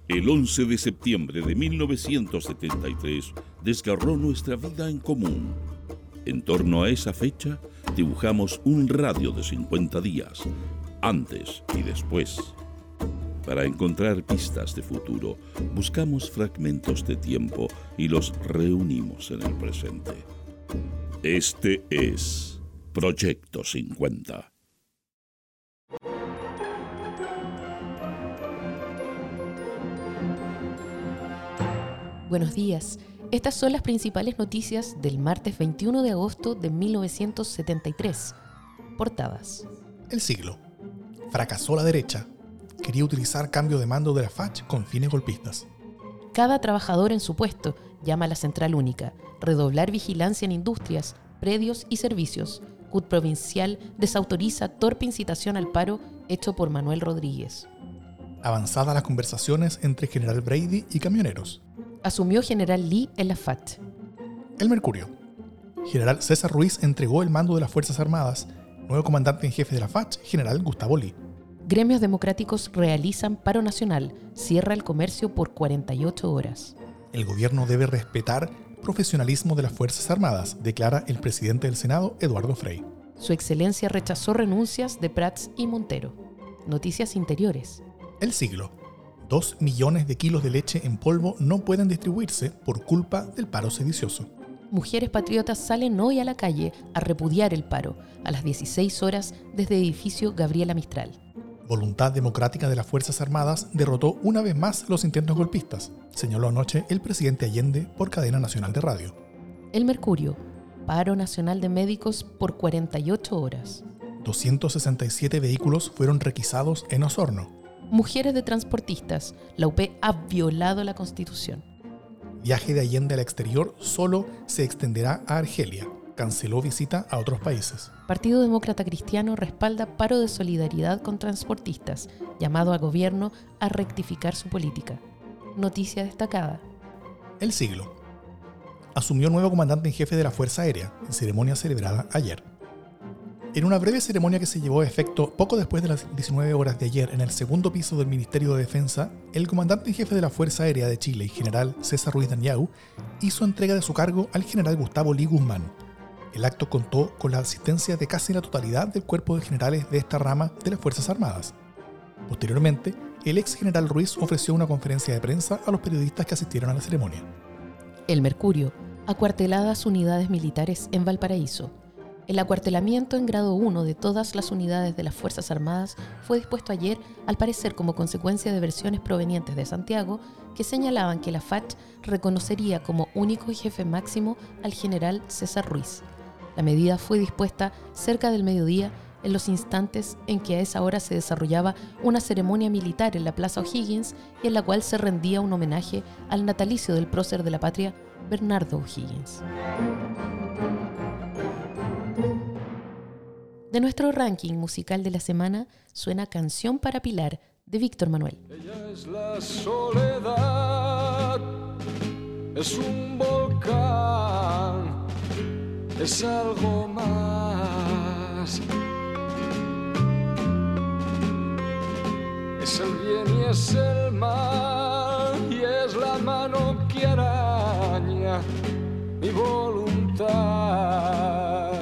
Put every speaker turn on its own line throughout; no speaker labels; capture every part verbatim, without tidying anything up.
El once de septiembre de mil novecientos setenta y tres desgarró nuestra vida en común. En torno a esa fecha, dibujamos un radio de cincuenta días, antes y después. Para encontrar pistas de futuro, buscamos fragmentos de tiempo y los reunimos en el presente. Este es Proyecto cincuenta.
Buenos días. Estas son las principales noticias del martes veintiuno de agosto de mil novecientos setenta y tres. Portadas.
El siglo. Fracasó la derecha. Quería utilizar cambio de mando de la F A C con fines golpistas.
Cada trabajador en su puesto, llama a la Central Única. Redoblar vigilancia en industrias, predios y servicios. C U T provincial desautoriza torpe incitación al paro hecho por Manuel Rodríguez.
Avanzadas las conversaciones entre General Brady y camioneros.
Asumió General Lee en la F A T.
El Mercurio. General César Ruiz entregó el mando de las Fuerzas Armadas. Nuevo comandante en jefe de la F A T, General Gustavo Lee.
Gremios democráticos realizan paro nacional. Cierra el comercio por cuarenta y ocho horas.
El gobierno debe respetar profesionalismo de las Fuerzas Armadas, declara el presidente del Senado, Eduardo Frei.
Su excelencia rechazó renuncias de Prats y Montero. Noticias interiores.
El siglo. Dos millones de kilos de leche en polvo no pueden distribuirse por culpa del paro sedicioso.
Mujeres patriotas salen hoy a la calle a repudiar el paro, a las dieciséis horas desde edificio Gabriela Mistral.
Voluntad democrática de las Fuerzas Armadas derrotó una vez más los intentos golpistas, señaló anoche el presidente Allende por cadena nacional de radio.
El Mercurio. Paro nacional de médicos por cuarenta y ocho horas.
doscientos sesenta y siete vehículos fueron requisados en Osorno.
Mujeres de transportistas. La U P ha violado la Constitución.
Viaje de Allende al exterior solo se extenderá a Argelia. Canceló visita a otros países.
Partido Demócrata Cristiano respalda paro de solidaridad con transportistas, llamado al gobierno a rectificar su política. Noticia destacada.
El siglo. Asumió nuevo comandante en jefe de la Fuerza Aérea, en ceremonia celebrada ayer. En una breve ceremonia que se llevó a efecto poco después de las diecinueve horas de ayer en el segundo piso del Ministerio de Defensa, el comandante en jefe de la Fuerza Aérea de Chile, general César Ruiz Danyau, hizo entrega de su cargo al general Gustavo Lee Guzmán. El acto contó con la asistencia de casi la totalidad del cuerpo de generales de esta rama de las Fuerzas Armadas. Posteriormente, el ex general Ruiz ofreció una conferencia de prensa a los periodistas que asistieron a la ceremonia.
El Mercurio. Acuarteladas unidades militares en Valparaíso. El acuartelamiento en grado uno de todas las unidades de las Fuerzas Armadas fue dispuesto ayer, al parecer como consecuencia de versiones provenientes de Santiago que señalaban que la F A T reconocería como único jefe máximo al general César Ruiz. La medida fue dispuesta cerca del mediodía, en los instantes en que a esa hora se desarrollaba una ceremonia militar en la Plaza O'Higgins y en la cual se rendía un homenaje al natalicio del prócer de la patria, Bernardo O'Higgins. De nuestro ranking musical de la semana suena Canción para Pilar, de Víctor Manuel.
Ella es la soledad, es un volcán, es algo más. Es el bien y es el mal, y es la mano que araña mi voluntad.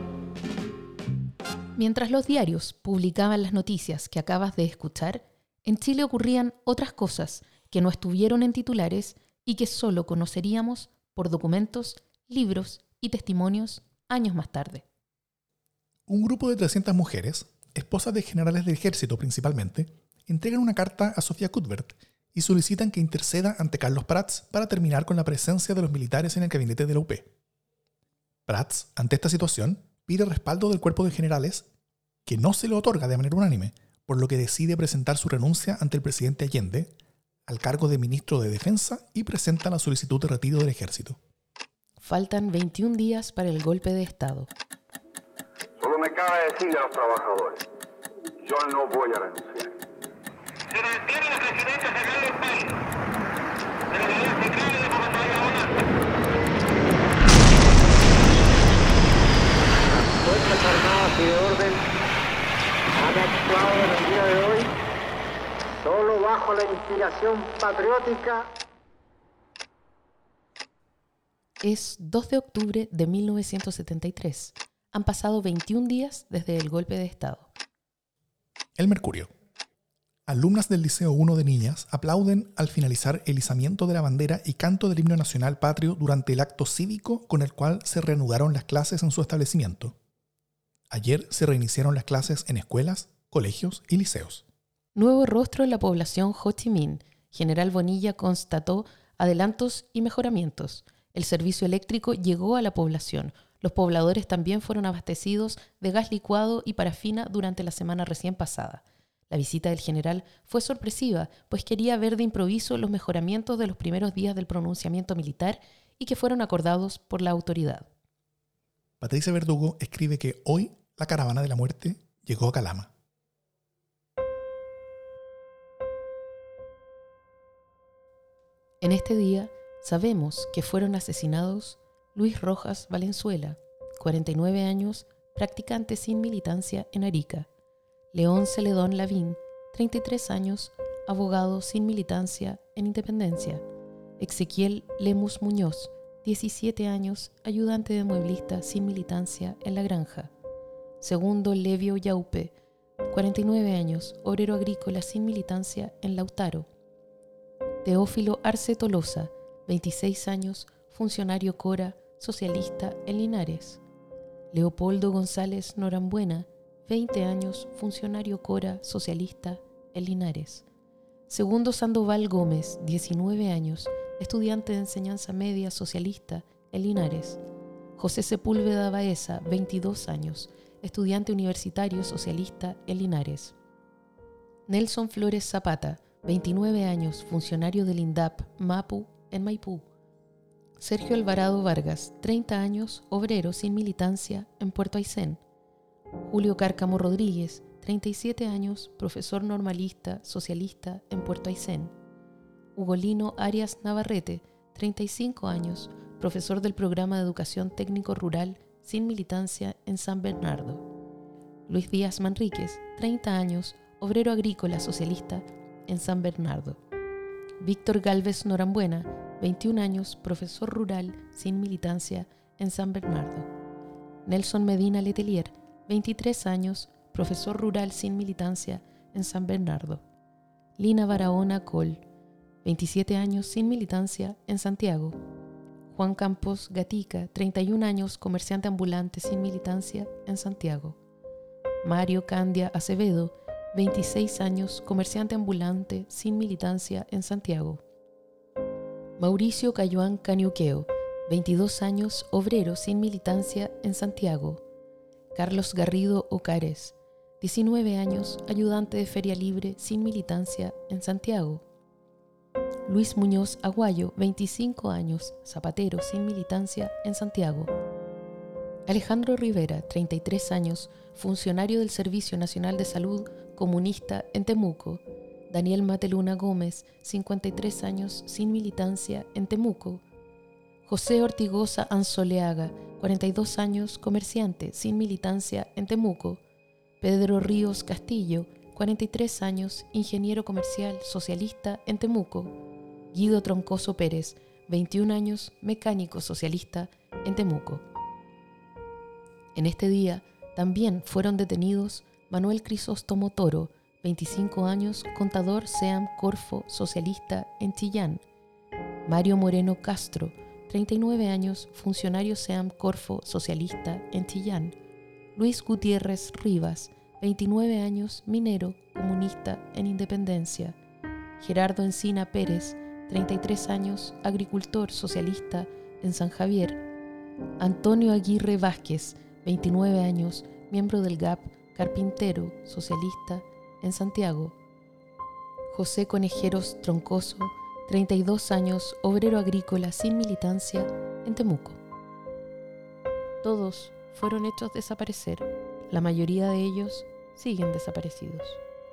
Mientras los diarios publicaban las noticias que acabas de escuchar, en Chile ocurrían otras cosas que no estuvieron en titulares y que solo conoceríamos por documentos, libros y testimonios años más tarde.
Un grupo de trescientas mujeres, esposas de generales del ejército principalmente, entregan una carta a Sofía Cuthbert y solicitan que interceda ante Carlos Prats para terminar con la presencia de los militares en el gabinete de la U P. Prats, ante esta situación, pide respaldo del cuerpo de generales, que no se le otorga de manera unánime, por lo que decide presentar su renuncia ante el presidente Allende al cargo de ministro de Defensa y presenta la solicitud de retiro del ejército.
Faltan veintiún días para el golpe de Estado.
Solo me cabe decirle a los trabajadores, yo no voy a renunciar.
Se mantiene la presidencia central del país, de la unidad central y de comandante Bonal.
Las Fuerzas Armadas y de Orden han actuado en el día de hoy solo bajo bajo la inspiración patriótica.
Es dos de octubre de mil novecientos setenta y tres. Han pasado veintiún días desde el golpe de Estado.
El Mercurio. Alumnas del Liceo uno de Niñas aplauden al finalizar el izamiento de la bandera y canto del himno nacional patrio durante el acto cívico con el cual se reanudaron las clases en su establecimiento. Ayer se reiniciaron las clases en escuelas, colegios y liceos.
Nuevo rostro en la población Ho Chi Minh. General Bonilla constató adelantos y mejoramientos. El servicio eléctrico llegó a la población. Los pobladores también fueron abastecidos de gas licuado y parafina durante la semana recién pasada. La visita del general fue sorpresiva, pues quería ver de improviso los mejoramientos de los primeros días del pronunciamiento militar y que fueron acordados por la autoridad.
Patricia Verdugo escribe que hoy la caravana de la muerte llegó a Calama.
En este día sabemos que fueron asesinados Luis Rojas Valenzuela, cuarenta y nueve años, practicante sin militancia en Arica; León Celedón Lavín, treinta y tres años, abogado sin militancia en Independencia; Ezequiel Lemus Muñoz, diecisiete años, ayudante de mueblista sin militancia en La Granja; Segundo Levio Yaupe, cuarenta y nueve años, obrero agrícola sin militancia en Lautaro; Teófilo Arce Tolosa, veintiséis años, funcionario Cora, socialista en Linares; Leopoldo González Norambuena, veinte años, funcionario Cora, socialista en Linares; Segundo Sandoval Gómez, diecinueve años, estudiante de enseñanza media socialista en Linares; José Sepúlveda Baeza, veintidós años, estudiante universitario socialista en Linares; Nelson Flores Zapata, veintinueve años, funcionario del INDAP Mapu en Maipú; Sergio Alvarado Vargas, treinta años, obrero sin militancia en Puerto Aysén; Julio Cárcamo Rodríguez, treinta y siete años, profesor normalista socialista en Puerto Aysén; Ugolino Arias Navarrete, treinta y cinco años, profesor del programa de educación técnico rural sin militancia en San Bernardo; Luis Díaz Manríquez, treinta años, obrero agrícola socialista en San Bernardo; Víctor Galvez Norambuena, veintiún años, profesor rural sin militancia en San Bernardo; Nelson Medina Letelier, veintitrés años, profesor rural sin militancia en San Bernardo; Lina Barahona Col, veintisiete años, sin militancia en Santiago; Juan Campos Gatica, treinta y un años, comerciante ambulante sin militancia en Santiago; Mario Candia Acevedo, veintiséis años, comerciante ambulante sin militancia en Santiago; Mauricio Cayuán Caniuqueo, veintidós años, obrero sin militancia en Santiago; Carlos Garrido Ocares, diecinueve años, ayudante de Feria Libre sin militancia en Santiago; Luis Muñoz Aguayo, veinticinco años, zapatero sin militancia en Santiago; Alejandro Rivera, treinta y tres años, funcionario del Servicio Nacional de Salud comunista en Temuco; Daniel Mateluna Gómez, cincuenta y tres años, sin militancia en Temuco; José Ortigosa Anzoleaga, cuarenta y dos años, comerciante sin militancia en Temuco; Pedro Ríos Castillo, cuarenta y tres años, ingeniero comercial socialista en Temuco; Guido Troncoso Pérez, veintiún años, mecánico socialista en Temuco. En este día también fueron detenidos Manuel Crisóstomo Toro, veinticinco años, contador SEAM Corfo socialista en Chillán; Mario Moreno Castro, treinta y nueve años, funcionario SEAM Corfo socialista en Chillán; Luis Gutiérrez Rivas, veintinueve años, minero comunista en Independencia; Gerardo Encina Pérez, treinta y tres años, agricultor socialista en San Javier; Antonio Aguirre Vázquez, veintinueve años, miembro del G A P, carpintero socialista en Santiago; José Conejeros Troncoso, treinta y dos años, obrero agrícola sin militancia en Temuco. Todos fueron hechos desaparecer. La mayoría de ellos siguen desaparecidos.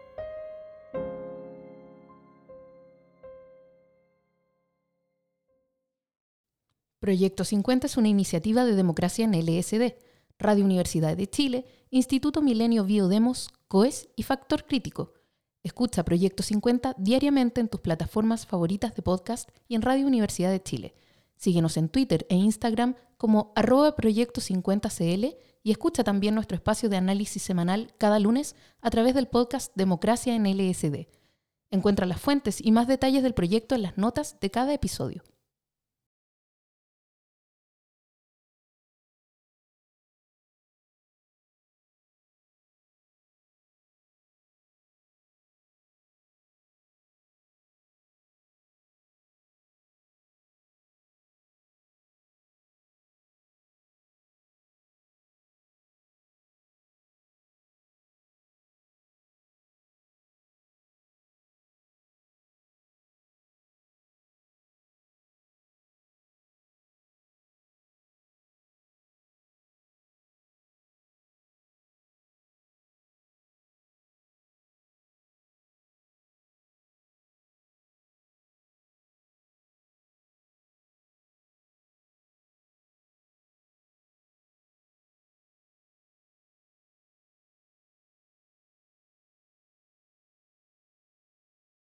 Proyecto cincuenta es una iniciativa de democracia en L S D, Radio Universidad de Chile, Instituto Milenio Biodemos, COES y Factor Crítico. Escucha Proyecto cincuenta diariamente en tus plataformas favoritas de podcast y en Radio Universidad de Chile. Síguenos en Twitter e Instagram como arroba Proyecto cincuenta C L y escucha también nuestro espacio de análisis semanal cada lunes a través del podcast Democracia en L S D. Encuentra las fuentes y más detalles del proyecto en las notas de cada episodio.